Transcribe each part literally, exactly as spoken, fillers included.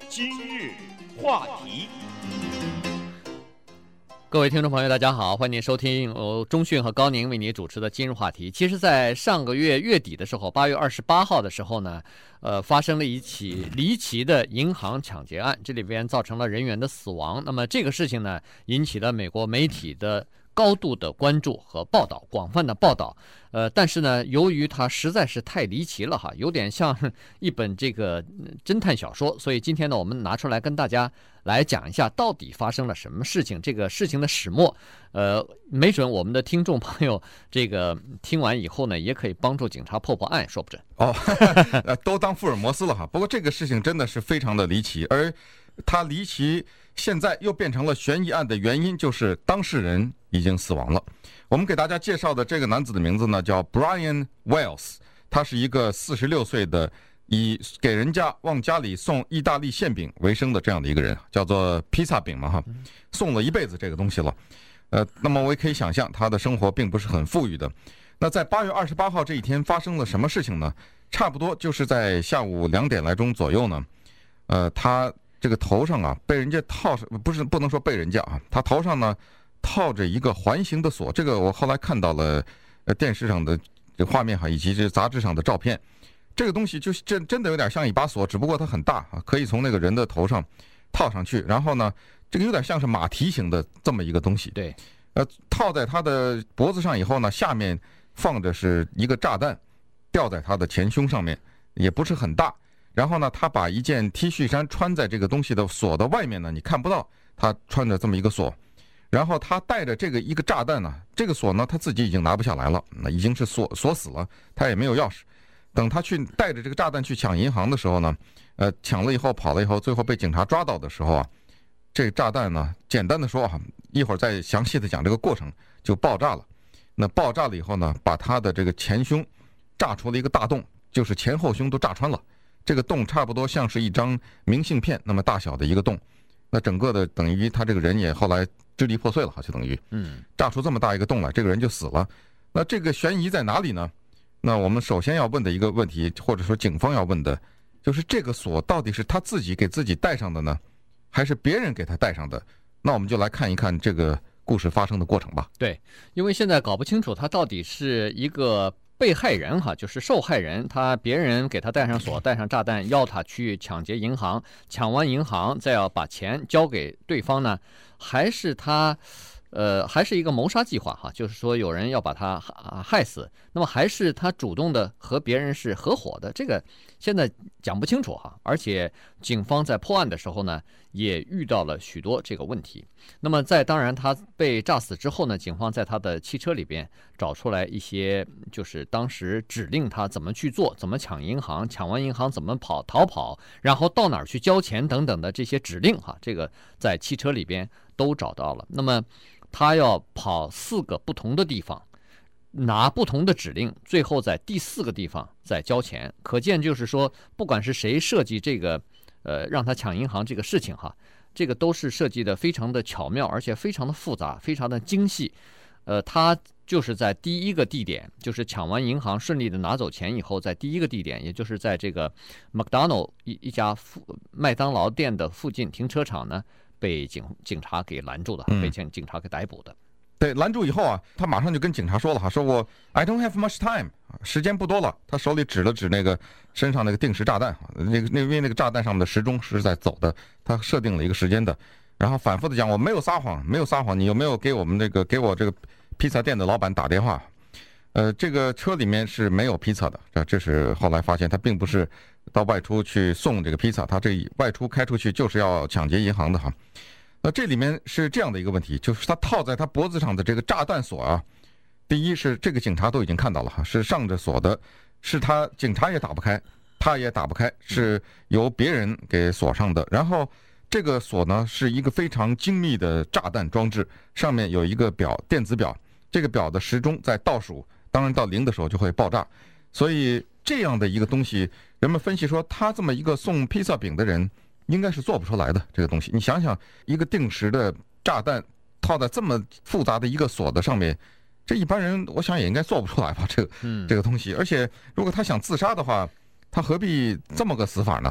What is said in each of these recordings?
今日话题。 各位听众朋友大家好，欢迎收听由钟迅和高宁为你主持的今日话题。其实在上个月月底的时候，八月二十八号的时候呢呃，发生了一起离奇的银行抢劫案，这里边造成了人员的死亡。那么这个事情呢，引起了美国媒体的高度的关注和报道，广泛的报道。呃，但是呢，由于它实在是太离奇了哈，有点像一本这个侦探小说，所以今天呢，我们拿出来跟大家来讲一下，到底发生了什么事情，这个事情的始末。呃，没准我们的听众朋友这个听完以后呢，也可以帮助警察破破案，说不准。 哦，都当福尔摩斯了哈。不过这个事情真的是非常的离奇，而它离奇现在又变成了悬疑案的原因，就是当事人已经死亡了。我们给大家介绍的这个男子的名字呢，叫 Brian Wells， 他是一个四十六岁的以给人家往家里送意大利馅饼为生的这样的一个人，叫做披萨饼嘛哈，送了一辈子这个东西了。呃，那么我也可以想象他的生活并不是很富裕的。那在八月二十八号这一天发生了什么事情呢？差不多就是在下午两点来钟左右呢，呃，他这个头上啊被人家套上，不是不能说被人家啊，他头上呢套着一个环形的锁，这个我后来看到了呃电视上的这画面哈，以及这杂志上的照片。这个东西就是真真的有点像一把锁，只不过它很大啊，可以从那个人的头上套上去。然后呢，这个有点像是马蹄形的这么一个东西。 对， 呃，套在他的脖子上以后呢，下面放着是一个炸弹，吊在他的前胸上面，也不是很大。然后呢，他把一件 T 恤衫穿在这个东西的锁的外面呢，你看不到他穿着这么一个锁。然后他带着这个一个炸弹呢，这个锁呢他自己已经拿不下来了，那已经是锁锁死了，他也没有钥匙。等他去带着这个炸弹去抢银行的时候呢，呃，抢了以后跑了以后，最后被警察抓到的时候啊，这个炸弹呢，简单的说啊，一会儿再详细的讲这个过程，就爆炸了。那爆炸了以后呢，把他的这个前胸炸出了一个大洞，就是前后胸都炸穿了。这个洞差不多像是一张明信片那么大小的一个洞。那整个的等于他这个人也后来支离破碎了，就等于嗯炸出这么大一个洞来，这个人就死了。那这个悬疑在哪里呢？那我们首先要问的一个问题，或者说警方要问的，就是这个锁到底是他自己给自己戴上的呢，还是别人给他戴上的？那我们就来看一看这个故事发生的过程吧。 对，因为现在搞不清楚他到底是一个被害人哈，就是受害人，他别人给他带上锁，带上炸弹，要他去抢劫银行，抢完银行再要把钱交给对方呢，还是他呃，还是一个谋杀计划哈，就是说有人要把他害死，那么还是他主动的和别人是合伙的，这个现在讲不清楚哈。而且警方在破案的时候呢，也遇到了许多这个问题。那么在当然他被炸死之后呢，警方在他的汽车里边找出来一些，就是当时指令他怎么去做，怎么抢银行，抢完银行怎么跑逃跑，然后到哪儿去交钱等等的这些指令哈，这个在汽车里边都找到了。那么他要跑四个不同的地方，拿不同的指令，最后在第四个地方再交钱。可见就是说，不管是谁设计这个，呃，让他抢银行这个事情哈，这个都是设计的非常的巧妙，而且非常的复杂，非常的精细。呃，他就是在第一个地点，就是抢完银行顺利的拿走钱以后，在第一个地点，也就是在这个 McDonald 一一家麦当劳店的附近停车场呢，被警警察给拦住的，被警警察给逮捕的。 对，拦住以后啊，他马上就跟警察说了哈，说我 I don't have much time， 时间不多了。他手里指了指那个身上那个定时炸弹，那个那因为那个炸弹上面的时钟是在走的，他设定了一个时间的，然后反复的讲我没有撒谎，没有撒谎，你有没有给我们这个给我这个披萨店的老板打电话？呃，这个车里面是没有披萨的，这这是后来发现他并不是到外出去送这个披萨，他这外出开出去就是要抢劫银行的哈。那这里面是这样的一个问题，就是他套在他脖子上的这个炸弹锁啊，第一是这个警察都已经看到了哈，是上着锁的，是他警察也打不开，他也打不开，是由别人给锁上的。然后这个锁呢是一个非常精密的炸弹装置，上面有一个表，电子表，这个表的时钟在倒数，当然到零的时候就会爆炸。所以这样的一个东西，人们分析说，他这么一个送披萨饼的人应该是做不出来的这个东西。你想想，一个定时的炸弹套在这么复杂的一个锁的上面，这一般人我想也应该做不出来吧，这个这个东西。而且如果他想自杀的话，他何必这么个死法呢？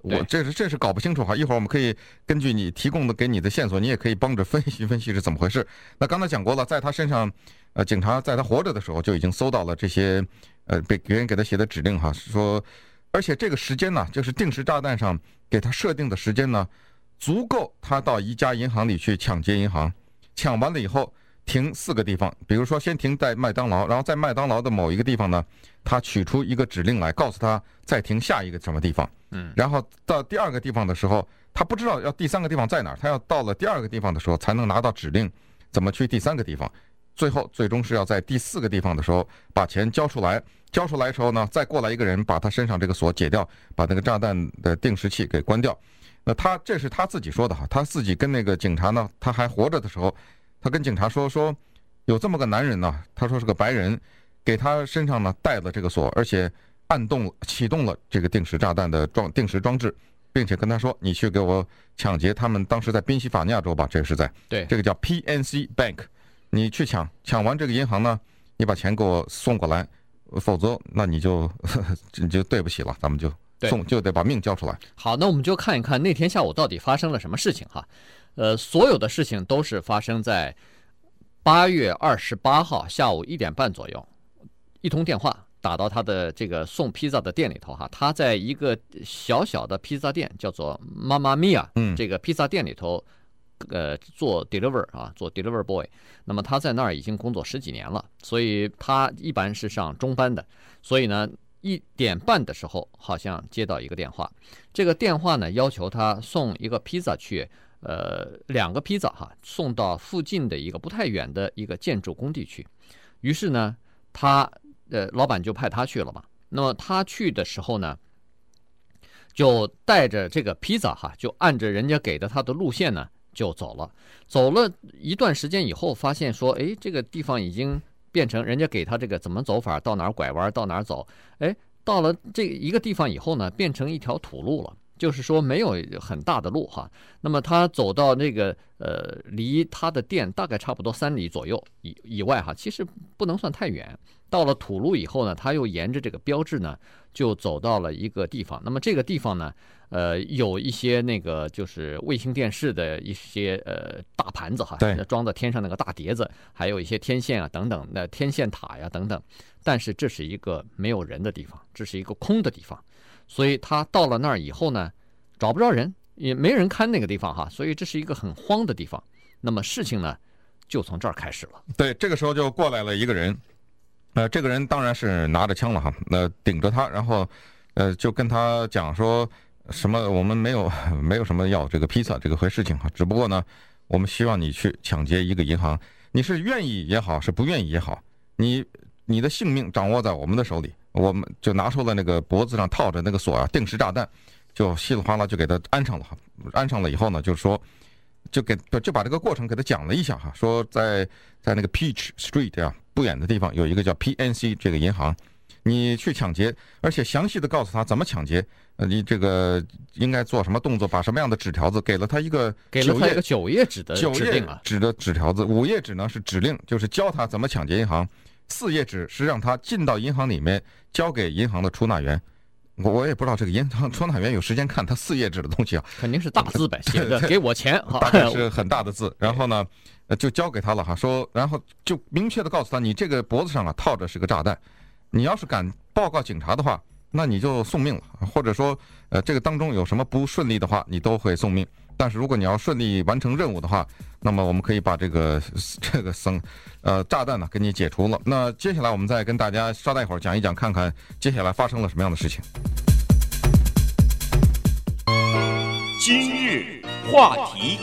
我这是这是搞不清楚哈。一会儿我们可以根据你提供的给你的线索，你也可以帮着分析分析是怎么回事。那刚才讲过了，在他身上，呃，警察在他活着的时候就已经搜到了这些，呃，被别人给他写的指令哈，说，而且这个时间呢，就是定时炸弹上给他设定的时间呢，足够他到一家银行里去抢劫银行，抢完了以后停四个地方，比如说先停在麦当劳，然后在麦当劳的某一个地方呢，他取出一个指令来，告诉他再停下一个什么地方。 嗯， 然后到第二个地方的时候，他不知道要第三个地方在哪儿，他要到了第二个地方的时候才能拿到指令，怎么去第三个地方。最后最终是要在第四个地方的时候把钱交出来，交出来的时候呢，再过来一个人把他身上这个锁解掉，把那个炸弹的定时器给关掉。那他这是他自己说的哈，他自己跟那个警察呢，他还活着的时候，他跟警察说说有这么个男人呢，他说是个白人，给他身上呢带了这个锁，而且按动启动了这个定时炸弹的装定时装置，并且跟他说你去给我抢劫他们当时在宾夕法尼亚州吧，这个是在对这个叫 P N C Bank， 你去抢，抢完这个银行呢，你把钱给我送过来，否则那你就呵呵你就对不起了，咱们就送就得把命交出来。 好，那我们就看一看那天下午到底发生了什么事情哈。呃，所有的事情都是发生在八月二十八号下午一点半左右，一通电话打到他的这个送披萨的店里头哈，他在一个小小的披萨店叫做妈妈咪呀， 嗯， 这个披萨店里头，呃，做 deliver 啊，做 deliver boy。那么他在那儿已经工作十几年了，所以他一般是上中班的。所以呢，一点半的时候好像接到一个电话，这个电话呢要求他送一个披萨去，呃，两个披萨哈，送到附近的一个不太远的一个建筑工地去。于是呢，他呃，老板就派他去了嘛。那么他去的时候呢，就带着这个披萨哈，就按着人家给的他的路线呢就走了。走了一段时间以后，发现说，哎，这个地方已经变成人家给他这个怎么走法，到哪儿拐弯，到哪儿走。哎，到了这一个地方以后呢，变成一条土路了。就是说没有很大的路哈，那么他走到那个呃离他的店大概差不多三里左右以以外哈，其实不能算太远。到了土路以后呢，他又沿着这个标志呢，就走到了一个地方。那么这个地方呢，呃，有一些那个就是卫星电视的一些呃大盘子哈， 对， 装在天上那个大碟子，还有一些天线啊等等的天线塔呀等等。但是这是一个没有人的地方，这是一个空的地方。所以他到了那儿以后呢，找不着人，也没人看那个地方哈，所以这是一个很荒的地方。那么事情呢，就从这儿开始了。 对，这个时候就过来了一个人，呃，这个人当然是拿着枪了哈，那、呃、顶着他，然后呃就跟他讲说什么，我们没有没有什么要这个披萨这个回事情哈，只不过呢，我们希望你去抢劫一个银行，你是愿意也好，是不愿意也好，你你的性命掌握在我们的手里。我们就拿出了那个脖子上套着那个锁啊，定时炸弹，就稀里哗啦就给他安上了。安上了以后呢，就是说，就给就把这个过程给他讲了一下哈，说在在那个 Peach Street 啊不远的地方有一个叫 P N C 这个银行，你去抢劫，而且详细的告诉他怎么抢劫，呃，你这个应该做什么动作，把什么样的纸条子，给了他一个给了他一个九页纸的指令啊， 纸的纸条子，五页纸呢是指令，就是教他怎么抢劫银行。四页纸是让他进到银行里面交给银行的出纳员，我我也不知道这个银行出纳员有时间看他四页纸的东西啊， 肯定是大字呗，写的给我钱， 大概是很大的字。然后呢，就交给他了哈，说，然后就明确的告诉他，你这个脖子上啊套着是个炸弹，你要是敢报告警察的话，那你就送命了，或者说呃这个当中有什么不顺利的话，你都会送命。但是如果你要顺利完成任务的话，那么我们可以把这个这个生呃炸弹呢给你解除了。那接下来我们再跟大家稍待一会儿讲一讲，看看接下来发生了什么样的事情。 今日话题，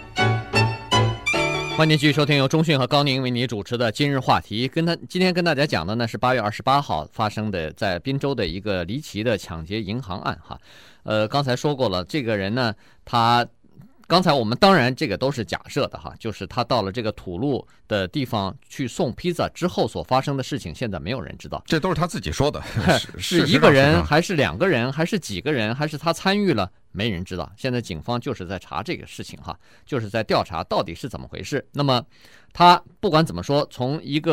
欢迎继续收听由钟迅和高宁为你主持的今日话题。跟他今天跟大家讲的呢是八月二十八号发生的在滨州的一个离奇的抢劫银行案哈。呃，刚才说过了，这个人呢，他。刚才我们当然这个都是假设的哈，就是他到了这个土路的地方去送披萨之后所发生的事情，现在没有人知道。 这都是他自己说的， 是一个人还是两个人还是几个人，还是他参与了，没人知道。现在警方就是在查这个事情哈，就是在调查到底是怎么回事。那么他不管怎么说，从一个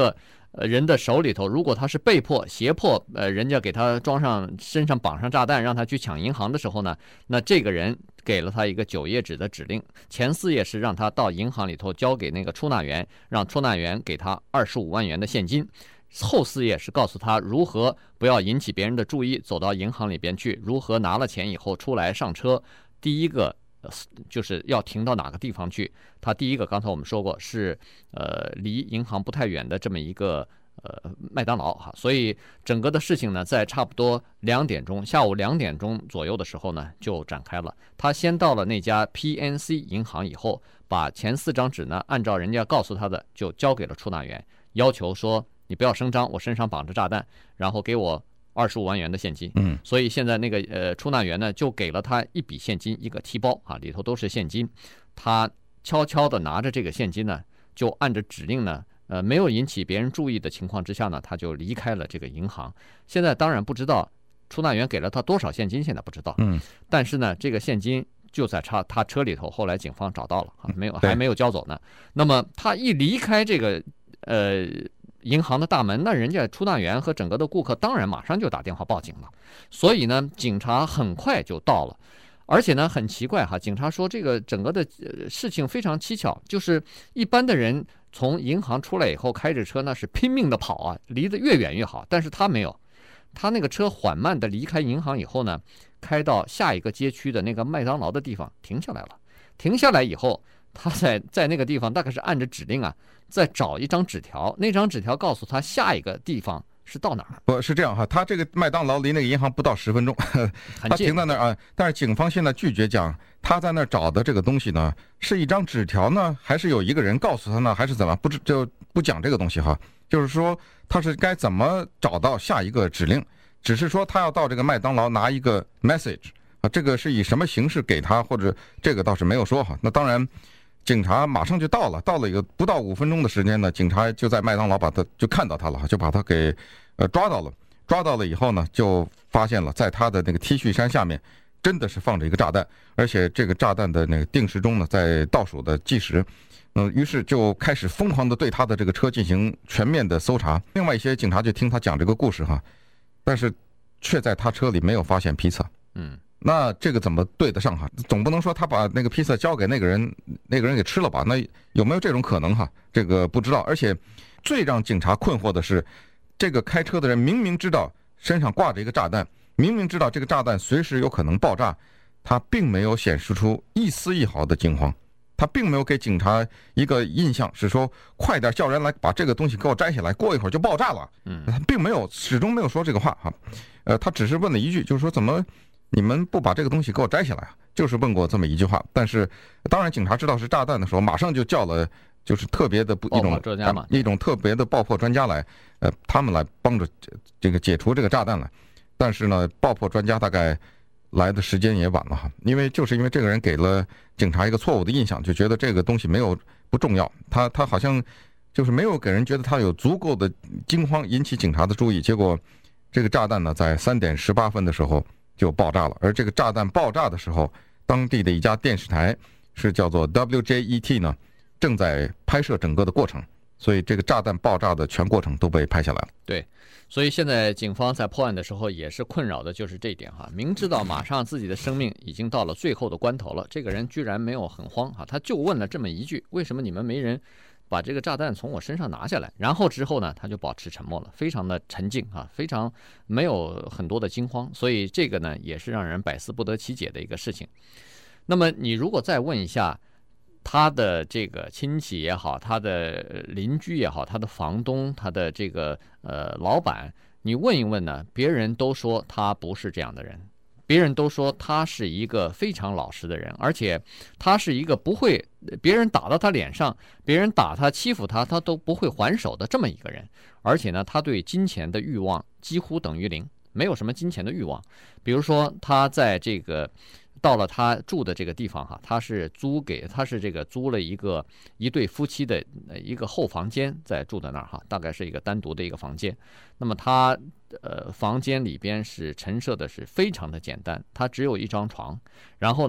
呃人的手里头，如果他是被迫胁迫呃人家给他装上身上绑上炸弹让他去抢银行的时候呢，那这个人给了他一个九页纸的指令，前四页是让他到银行里头交给那个出纳员，让出纳员给他二十五万元的现金，后四页是告诉他如何不要引起别人的注意走到银行里边去，如何拿了钱以后出来上车，第一个就是要停到哪个地方去。他第一个刚才我们说过是呃离银行不太远的这么一个呃麦当劳哈，所以整个的事情呢在差不多两点钟下午两点钟左右的时候呢就展开了。他先到了那家 P N C 银行以后，把前四张纸呢按照人家告诉他的就交给了出纳员，要求说你不要声张，我身上绑着炸弹，然后给我二十五万元的现金。 嗯， 所以现在那个呃出纳员呢就给了他一笔现金，一个提包啊，里头都是现金。他悄悄的拿着这个现金呢，就按着指令呢，呃，没有引起别人注意的情况之下呢，他就离开了这个银行。现在当然不知道出纳员给了他多少现金，现在不知道。 嗯， 但是呢，这个现金就在他他车里头，后来警方找到了啊，没有还没有交走呢。那么他一离开这个呃。银行的大门，那人家出纳员和整个的顾客当然马上就打电话报警了，所以呢，警察很快就到了，而且呢，很奇怪哈，警察说这个整个的事情非常蹊跷，就是一般的人从银行出来以后开着车那是拼命的跑啊，离得越远越好，但是他没有，他那个车缓慢的离开银行以后呢，开到下一个街区的那个麦当劳的地方停下来了，停下来以后，他在在那个地方大概是按着指令啊。再找一张纸条，那张纸条告诉他下一个地方是到哪儿。 不是这样哈，他这个麦当劳离那个银行不到十分钟，他停在那儿啊。但是警方现在拒绝讲他在那儿找的这个东西呢，是一张纸条呢，还是有一个人告诉他呢，还是怎么？不知就不讲这个东西哈。就是说他是该怎么找到下一个指令，只是说他要到这个麦当劳拿一个 message 啊，这个是以什么形式给他，或者这个倒是没有说哈。那当然。警察马上就到了，到了一个不到五分钟的时间呢，警察就在麦当劳把他就看到他了，就把他给呃抓到了。抓到了以后呢，就发现了在他的那个 T 恤衫下面真的是放着一个炸弹，而且这个炸弹的那个定时钟呢在倒数的计时。嗯、呃，于是就开始疯狂的对他的这个车进行全面的搜查。另外一些警察就听他讲这个故事哈，但是却在他车里没有发现披萨。嗯。那这个怎么对得上哈？总不能说他把那个披萨交给那个人，那个人给吃了吧？那有没有这种可能哈？这个不知道。而且最让警察困惑的是，这个开车的人明明知道身上挂着一个炸弹，明明知道这个炸弹随时有可能爆炸，他并没有显示出一丝一毫的惊慌，他并没有给警察一个印象是说快点叫人来把这个东西给我摘下来，过一会儿就爆炸了。嗯，他并没有，始终没有说这个话哈。呃，他只是问了一句，就是说怎么。你们不把这个东西给我摘下来啊？就是问过这么一句话。但是，当然警察知道是炸弹的时候，马上就叫了，就是特别的不一种一种特别的爆破专家来，呃，他们来帮着这个解除这个炸弹来。但是呢，爆破专家大概来的时间也晚了哈，因为就是因为这个人给了警察一个错误的印象，就觉得这个东西没有不重要，他他好像就是没有给人觉得他有足够的惊慌引起警察的注意。结果，这个炸弹呢，在三点十八分的时候。就爆炸了，而这个炸弹爆炸的时候，当地的一家电视台是叫做 W J E T 呢，正在拍摄整个的过程，所以这个炸弹爆炸的全过程都被拍下来了。 对，所以现在警方在破案的时候也是困扰的就是这一点哈，明知道马上自己的生命已经到了最后的关头了，这个人居然没有很慌哈，他就问了这么一句：为什么你们没人把这个炸弹从我身上拿下来？然后之后呢，他就保持沉默了，非常的沉静啊，非常没有很多的惊慌，所以这个呢也是让人百思不得其解的一个事情。那么你如果再问一下他的这个亲戚也好，他的邻居也好，他的房东，他的这个呃老板，你问一问呢，别人都说他不是这样的人。别人都说他是一个非常老实的人，而且他是一个不会别人打到他脸上，别人打他欺负他，他都不会还手的这么一个人。而且呢，他对金钱的欲望几乎等于零，没有什么金钱的欲望。比如说他在这个到了他住的这个地方哈，他是租给他是这个租了一个一对夫妻的一个后房间在住在那儿哈，大概是一个单独的一个房间。那么他呃房间里边是陈设的是非常的简单，他只有一张床，然后呢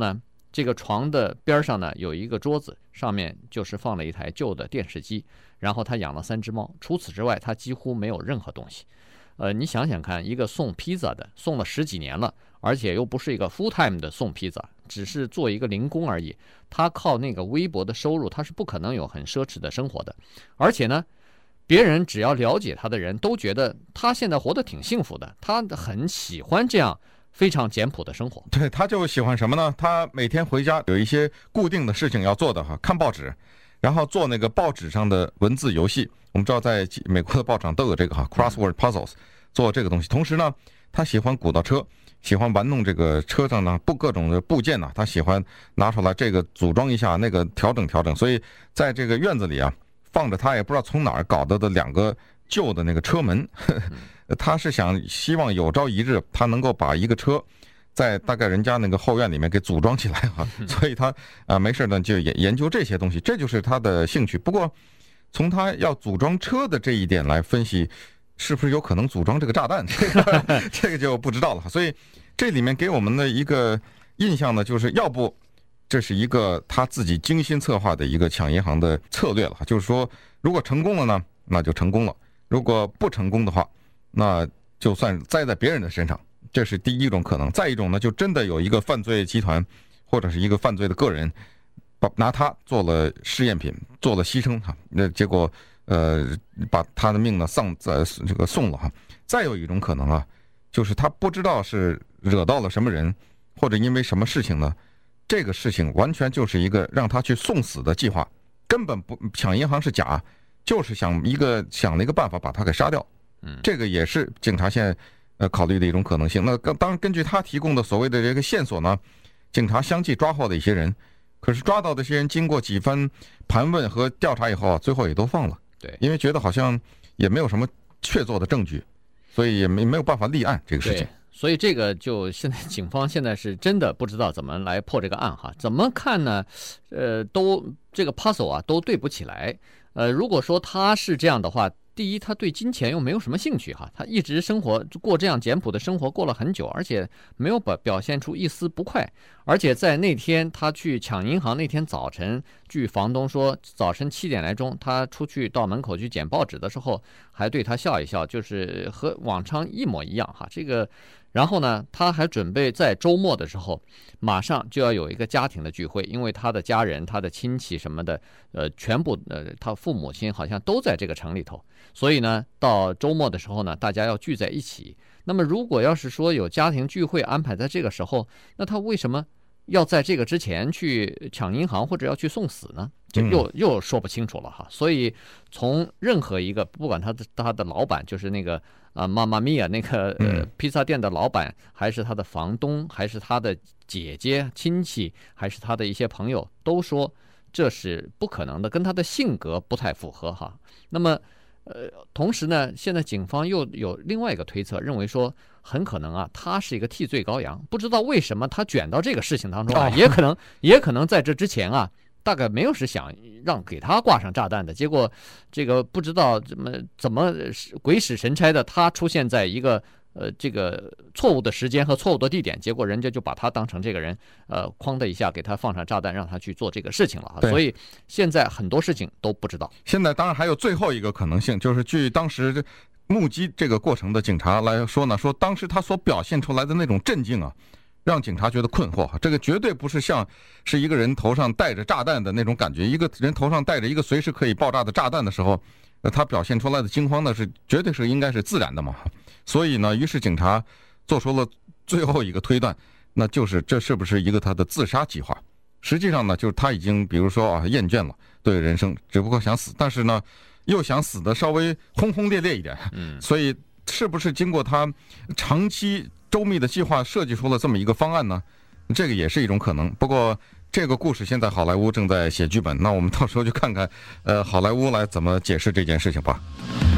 这个床的边上呢有一个桌子，上面就是放了一台旧的电视机，然后他养了三只猫，除此之外他几乎没有任何东西。呃，你想想看，一个送披萨的，送了十几年了，而且又不是一个 full time 的送披萨，只是做一个零工而已，他靠那个微薄的收入，他是不可能有很奢侈的生活的。而且呢，别人只要了解他的人都觉得他现在活得挺幸福的，他很喜欢这样非常简朴的生活。 对，他就喜欢什么呢？他每天回家有一些固定的事情要做的哈，看报纸，然后做那个报纸上的文字游戏。我们知道在美国的报纸都有这个哈 crossword puzzles， 做这个东西。同时呢，他喜欢鼓捣车，喜欢玩弄这个车上呢不各种的部件呢，他喜欢拿出来这个组装一下，那个调整调整。所以在这个院子里啊，放着他也不知道从哪儿搞的的两个旧的那个车门，呵呵，他是想希望有朝一日他能够把一个车在大概人家那个后院里面给组装起来哈，所以他啊没事呢就研研究这些东西，这就是他的兴趣。不过从他要组装车的这一点来分析，是不是有可能组装这个炸弹，这个这个就不知道了。所以这里面给我们的一个印象呢，就是要不这是一个他自己精心策划的一个抢银行的策略了，就是说如果成功了呢，那就成功了；如果不成功的话，那就算栽在别人的身上，这是第一种可能。再一种呢，就真的有一个犯罪集团或者是一个犯罪的个人，把拿他做了试验品，做了牺牲哈，那结果呃把他的命呢丧在这个送了哈。再有一种可能啊，就是他不知道是惹到了什么人，或者因为什么事情呢，这个事情完全就是一个让他去送死的计划，根本不抢银行是假，就是想一个想了一个办法把他给杀掉。嗯，这个也是警察现在呃考虑的一种可能性。那当然根据他提供的所谓的这个线索呢，警察相继抓获了一些人，可是抓到的这些人经过几番盘问和调查以后啊，最后也都放了。 对， 因为觉得好像也没有什么确凿的证据，所以也没没有办法立案这个事情。 所以这个就现在警方现在是真的不知道怎么来破这个案哈，怎么看呢？呃，都这个 puzzle 啊都对不起来。呃，如果说他是这样的话，第一，他对金钱又没有什么兴趣哈，他一直生活过这样简朴的生活过了很久，而且没有表表现出一丝不快。而且在那天他去抢银行那天早晨，据房东说，早晨七点来钟，他出去到门口去捡报纸的时候，还对他笑一笑，就是和往常一模一样哈。这个。然后呢，他还准备在周末的时候，马上就要有一个家庭的聚会，因为他的家人、他的亲戚什么的，呃，全部呃，他父母亲好像都在这个城里头，所以呢，到周末的时候呢，大家要聚在一起。那么，如果要是说有家庭聚会安排在这个时候，那他为什么要在这个之前去抢银行或者要去送死呢？就又又说不清楚了哈。所以从任何一个，不管他的他的老板，就是那个啊妈妈咪呀那个呃披萨店的老板，还是他的房东，还是他的姐姐亲戚，还是他的一些朋友，都说这是不可能的，跟他的性格不太符合哈。那么呃，同时呢，现在警方又有另外一个推测，认为说很可能啊，他是一个替罪羔羊，不知道为什么他卷到这个事情当中啊，也可能也可能在这之前啊。大概没有是想让给他挂上炸弹的，结果这个不知道怎么怎么鬼使神差的，他出现在一个呃这个错误的时间和错误的地点，结果人家就把他当成这个人，呃，哐的一下给他放上炸弹，让他去做这个事情了。所以现在很多事情都不知道。 现在当然还有最后一个可能性，就是据当时目击这个过程的警察来说呢，说当时他所表现出来的那种震惊啊，让警察觉得困惑。这个绝对不是像是一个人头上带着炸弹的那种感觉，一个人头上带着一个随时可以爆炸的炸弹的时候，他表现出来的惊慌呢，是绝对是应该是自然的嘛。所以呢，于是警察做出了最后一个推断，那就是这是不是一个他的自杀计划？实际上呢，就是他已经比如说啊厌倦了对人生，只不过想死，但是呢又想死的稍微轰轰烈烈一点。嗯，所以是不是经过他长期周密的计划设计出了这么一个方案呢？这个也是一种可能。不过这个故事现在好莱坞正在写剧本，那我们到时候就看看，呃，好莱坞来怎么解释这件事情吧。